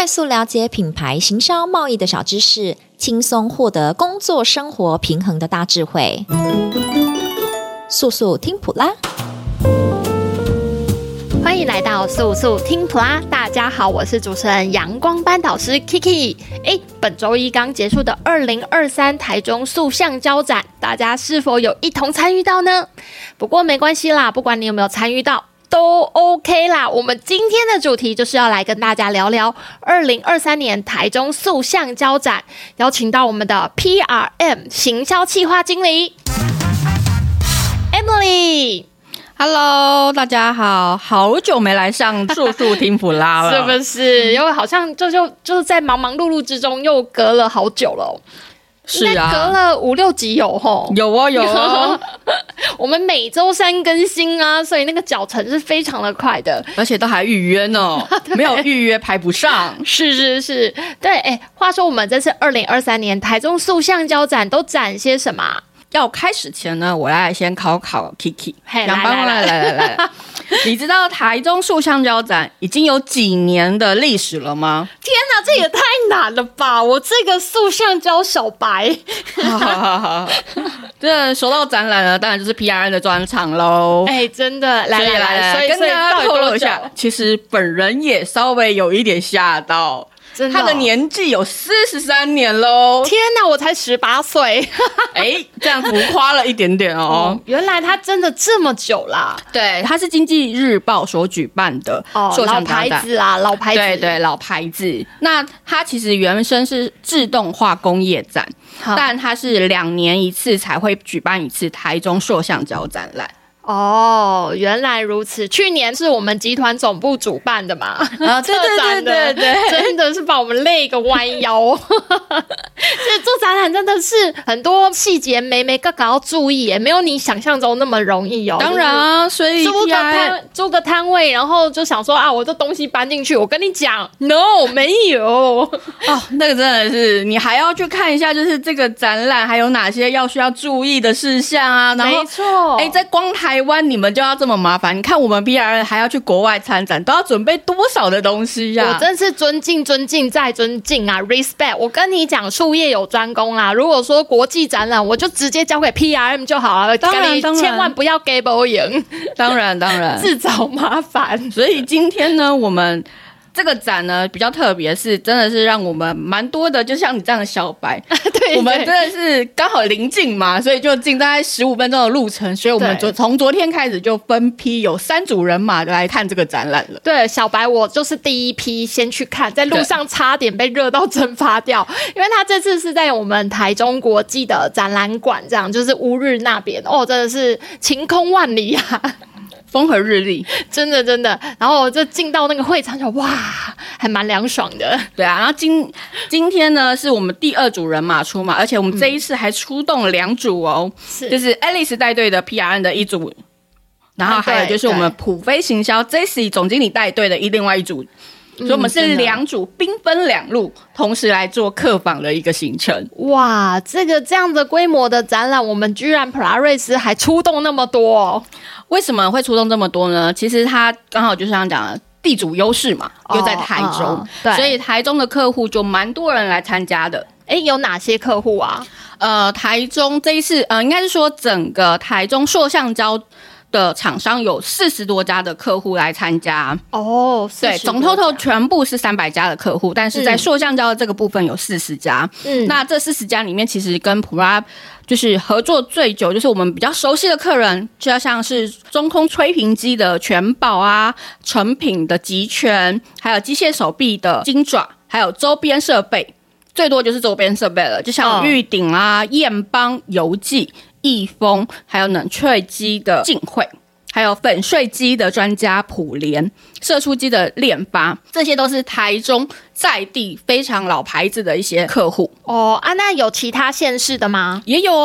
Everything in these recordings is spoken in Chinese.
快速了解品牌行销贸易的小知识，轻松获得工作生活平衡的大智慧。速速听普拉， 欢迎来到速速听普拉，大家好，我是主持人阳光班导师 Kiki。本周一刚结束的2023台中塑橡胶展，大家是否有一同参与到呢？不过没关系啦，不管你有没有参与到都 OK 啦。我们今天的主题就是要来跟大家聊聊2023年台中塑橡胶展，邀请到我们的 PRM 行销企划经理 Emily。Hello， 大家好，好久没来上速速听普拉了， 是不是？因为好像就是在忙忙碌碌之中又隔了好久了。 是啊， 隔了5-6集有吼， 有哦。 我们每周3更新啊，所以那个脚程是非常的快的， 而且都还预约呢，没有预约排不上。 是，对。话说我们这次2023年台中塑橡胶展都展些什么？ 要开始前呢，我来先考 Kiki。 来， 你知道台中塑橡胶展已经有几年的历史了吗？ 天哪，这也太难了吧！我这个塑橡胶小白。 这说到展览呢，当然就是 PRM 的专场喽。 真的，来， 跟大家透露一下，其实本人也稍微有一点吓到。他的年纪有43年喽！ 天哪，我才18岁。 这样浮夸了一点点哦。 原来他真的这么久啦。 对，他是经济日报所举办的老牌子啦，老牌子。 对，老牌子。那他其实原生是自动化工业展，但他是2年一次才会举办一次台中塑橡胶展览。 原来如此。去年是我们集团总部主办的嘛？ 对， 真的是把我们累个弯腰。所以做展览真的是很多细节眉眉角角要注意耶，没有你想象中那么容易哦。 当然啊，所以租个摊位，然后就想说我这东西搬进去。我跟你讲 ，no， 没有。 那个真的是你还要去看一下，就是这个展览还有哪些需要注意的事项啊。然后没错， 在光台湾你们就要这么麻烦，你看我们 PRM 还要去国外参展，都要准备多少的东西呀？ 我真是尊敬再尊敬啊 ，respect！ 我跟你讲，术业有专攻啦。如果说国际展览，我就直接交给 PRM 就好了。 当然， 千万不要给我赢。 当然， 自找麻烦。 所以今天呢，我们这个展呢比较特别，是真的是让我们蛮多的，就像你这样的小白，对，我们真的是刚好临近嘛，所以就近大概15分钟的路程，所以我们从昨天开始就分批有3组人马来看这个展览了。 对，小白我就是第一批先去看，在路上差点被热到蒸发掉，因为他这次是在我们台中国际的展览馆，这样就是乌日那边真的是晴空万里啊。 风和日丽， 真的，然后我就进到那个会场，哇，还蛮凉爽的。 对啊，然后今天呢是我们第2组人马出嘛，而且我们这一次还出动了2组哦，就是 Alice 带队的 PRM 的1组，然后还有就是我们普飞行销 Jessie 总经理带队的另外1组。所以我们是2组兵分2路，同时来做客访的一个行程。 哇，这样的规模的展览，我们居然普拉瑞斯还出动那么多哦。 为什么会出动这么多呢？其实它刚好就像讲的地主优势嘛，又在台中，所以台中的客户就蛮多人来参加的。 有哪些客户啊？ 台中这一次应该是说整个台中塑橡胶的厂商有40多家的客户来参加对，总 total 全部是300家的客户，但是在塑橡胶的这个部分有40家。那这40家里面，其实跟普拉就是合作最久，就是我们比较熟悉的客人，就要像是中空吹瓶机的全宝啊，成品的极全，还有机械手臂的金爪，还有周边设备，最多就是周边设备了，就像玉鼎啊、燕邦、游记。益丰，还有冷却机的晋汇，还有粉碎机的专家普联，射出机的链发，这些都是台中在地非常老牌子的一些客户。 那有其他县市的吗？ 也有哦。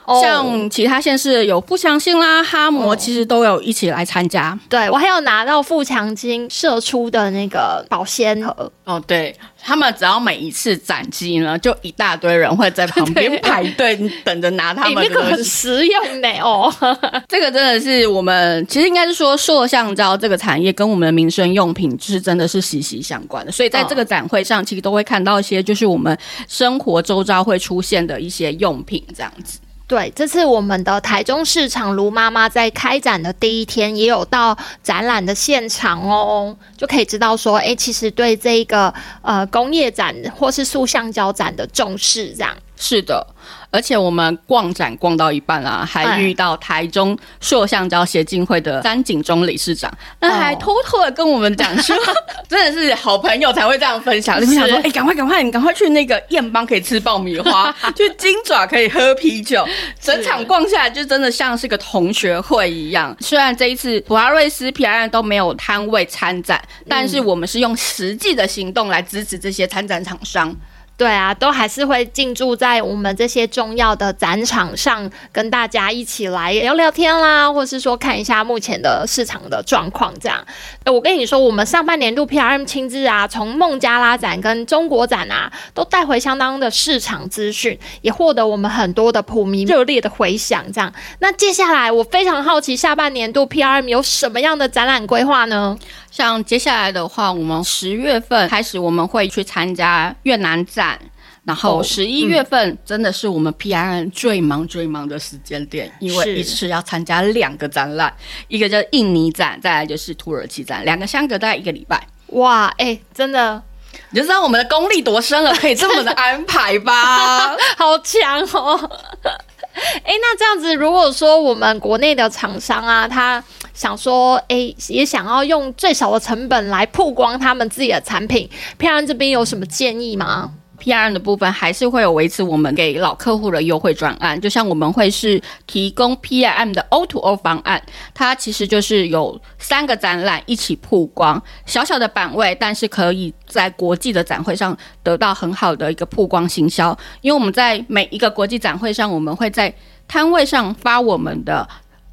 像其他县市有富强新啦、哈摩，其实都有一起来参加。 对，我还有拿到富强新射出的那个保鲜盒。 对，他们只要每一次展机呢，就一大堆人会在旁边排队等着拿他们的那个很实用呢这个真的是我们其实应该是说塑橡胶这个产业跟我们的民生用品就是真的是息息相关的，所以在这个展会上其实都会看到一些就是我们生活周遭会出现的一些用品这样子。 对，这次我们的台中市场卢妈妈在开展的第一天也有到展览的现场哦，就可以知道说其实对这个工业展或是塑橡胶展的重视这样。 是的，而且我们逛展逛到一半啊，还遇到台中塑橡胶协进会的詹景忠理事长，那还偷偷的跟我们讲说，真的是好朋友才会这样分享，就想说，赶快，你赶快去那个燕邦可以吃爆米花，去金爪可以喝啤酒，整场逛下来就真的像是个同学会一样。虽然这一次普拉瑞斯 PRM 都没有摊位参展，但是我们是用实际的行动来支持这些参展厂商。 对啊，都还是会进驻在我们这些重要的展场上，跟大家一起来聊聊天啦，或是说看一下目前的市场的状况这样。我跟你说，我们上半年度 PRM 亲自啊，从孟加拉展跟中国展啊，都带回相当的市场资讯，也获得我们很多的普迷热烈的回响这样。那接下来我非常好奇，下半年度 PRM 有什么样的展览规划呢？ 像接下来的话，我们10月份开始我们会去参加越南展，然后11月份真的是我们 PRM 最忙的时间点，因为一次要参加2个展览，一个叫印尼展，再来就是土耳其展，2个相隔大概1个礼拜。 哇，真的你就知道我们的功力多深了，可以这么的安排吧好强哦那这样子，如果说我们国内的厂商啊，他想说也想要用最少的成本来曝光他们自己的产品，PRM 这边有什么建议吗 ？PRM 的部分还是会有维持我们给老客户的优惠专案，就像我们会是提供 PRM 的 O2O 方案，它其实就是有3个展览一起曝光，小小的版位，但是可以在国际的展会上得到很好的一个曝光行销，因为我们在每一个国际展会上，我们会在摊位上发我们的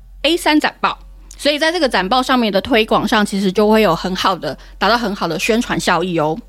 A3 展报，所以在这个展报上面的推广上，其实就会有达到很好的宣传效益哦。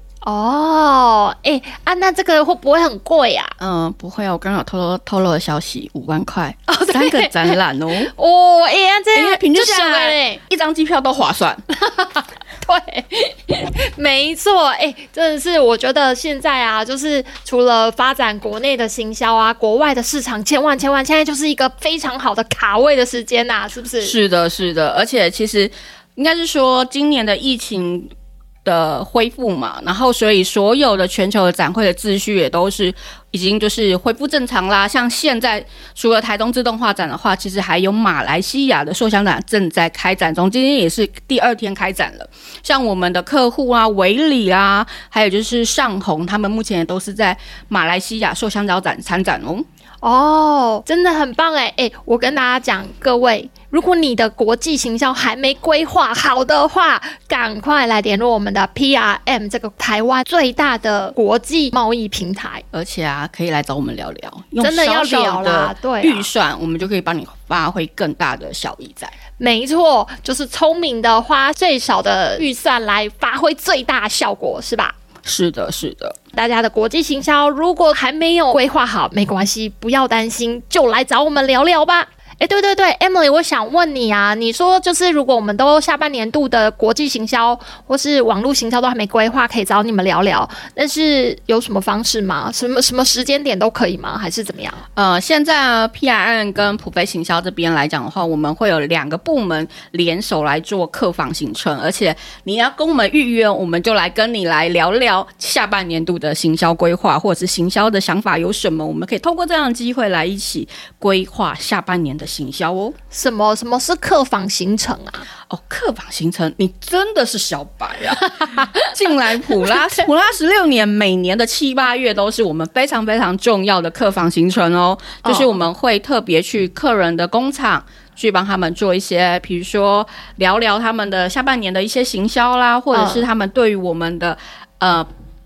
那这个会不会很贵啊？ 不会啊，我刚刚有透露的消息，5万块，3个展览哦。 这样平均下来1张机票都划算。 对，没错，真的是，我觉得现在啊，就是除了发展国内的行销啊，国外的市场千万，现在就是一个非常好的卡位的时间呐，是不是？ 是的，而且其实应该是说今年的疫情的恢复嘛，然后所以所有的全球的展会的秩序也都是已经就是恢复正常啦。像现在除了台东自动化展的话，其实还有马来西亚的塑橡展正在开展中，今天也是第2天开展了。像我们的客户啊，维里啊，还有就是上红，他们目前也都是在马来西亚塑橡胶展参展哦。 真的很棒我跟大家讲，各位，如果你的国际行销还没规划好的话，赶快来联络我们的 PRM 这个台湾最大的国际贸易平台， 而且啊，可以来找我们聊聊， 真的要聊啦， 对，预算我们就可以帮你发挥更大的效益在。 没错，就是聪明的花最少的预算来发挥最大效果，是吧？ 是的， 大家的国际行销如果还没有规划好，没关系，不要担心，就来找我们聊聊吧。对 Emily， 我想问你啊，你说就是如果我们都下半年度的国际行销或是网络行销都还没规划，可以找你们聊聊，但是有什么方式吗？什么时间点都可以吗？还是怎么样？ 现在 PRM 跟普飞行销这边来讲的话，我们会有2个部门联手来做客访行程，而且你要跟我们预约，我们就来跟你来聊聊下半年度的行销规划，或者是行销的想法有什么，我们可以透过这样的机会来一起规划下半年的行销哦。 什么是客访行程啊？ 客访行程，你真的是小白啊！进来普拉16年，每年的7、8月都是我们非常非常重要的客访行程哦。就是我们会特别去客人的工厂，去帮他们做一些，比如说聊聊他们的下半年的一些行销啦，或者是他们对于我们的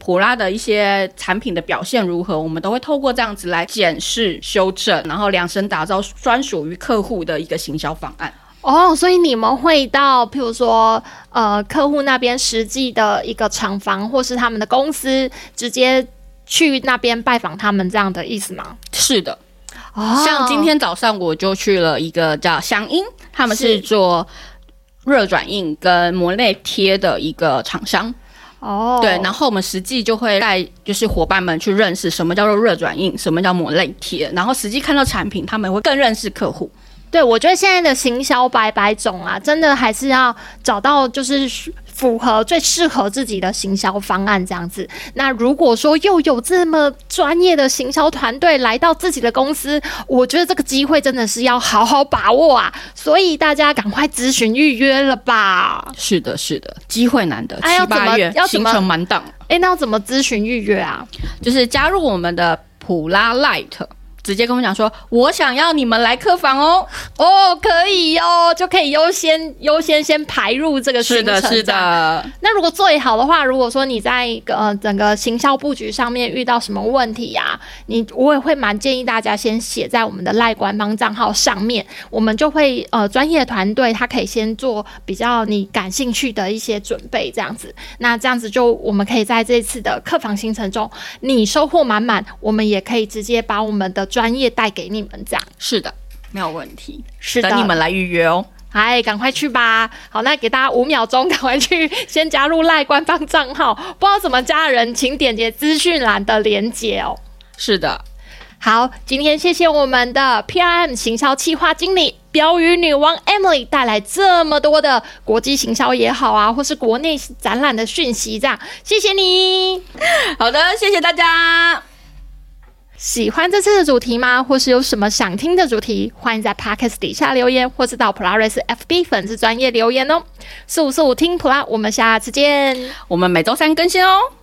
普拉的一些产品的表现如何，我们都会透过这样子来检视、修正，然后量身打造专属于客户的一个行销方案。 所以你们会到譬如说客户那边实际的一个厂房或是他们的公司，直接去那边拜访他们，这样的意思吗？ 是的。像今天早上我就去了一个叫香音，他们是做热转印跟膜内贴的一个厂商。对，然后我们实际就会带就是伙伴们去认识什么叫做热转印，什么叫膜内贴，然后实际看到产品，他们会更认识客户。 对，我觉得现在的行销百百种啊，真的还是要找到就是符合最适合自己的行销方案这样子。那如果说又有这么专业的行销团队来到自己的公司，我觉得这个机会真的是要好好把握啊！所以大家赶快咨询预约了吧。 是的，是的，机会难得，7、8月行程满档。 那要怎么咨询预约啊？ 就是加入我们的普拉 Light。直接跟我讲说，我想要你们来客房可以就可以优先先排入这个行程。 是的。 那如果最好的话，如果说你在整个行销布局上面遇到什么问题啊，我也会蛮建议大家先写在我们的LINE官方账号上面，我们就会专业团队他可以先做比较你感兴趣的一些准备，这样子。那这样子就我们可以在这次的客房行程中，你收获满满，我们也可以直接把我们的专业带给你们，这样。 是的，没有问题。 是的， 等你们来预约哦。 赶快去吧。好，那给大家5秒钟，赶快去先加入LINE官方账号。不知道怎么加的人，请点击资讯栏的连结哦。 是的。 好，今天谢谢我们的 PRM 行销企划经理标语女王 Emily 带来这么多的国际行销也好啊，或是国内展览的讯息，这样谢谢你。 好的，谢谢大家。 喜欢这次的主题吗？或是有什么想听的主题？欢迎在 Podcast 底下留言，或是到普拉瑞斯 FB 粉丝专页留言哦。4545听普拉，我们下次见。 我们每周3更新哦。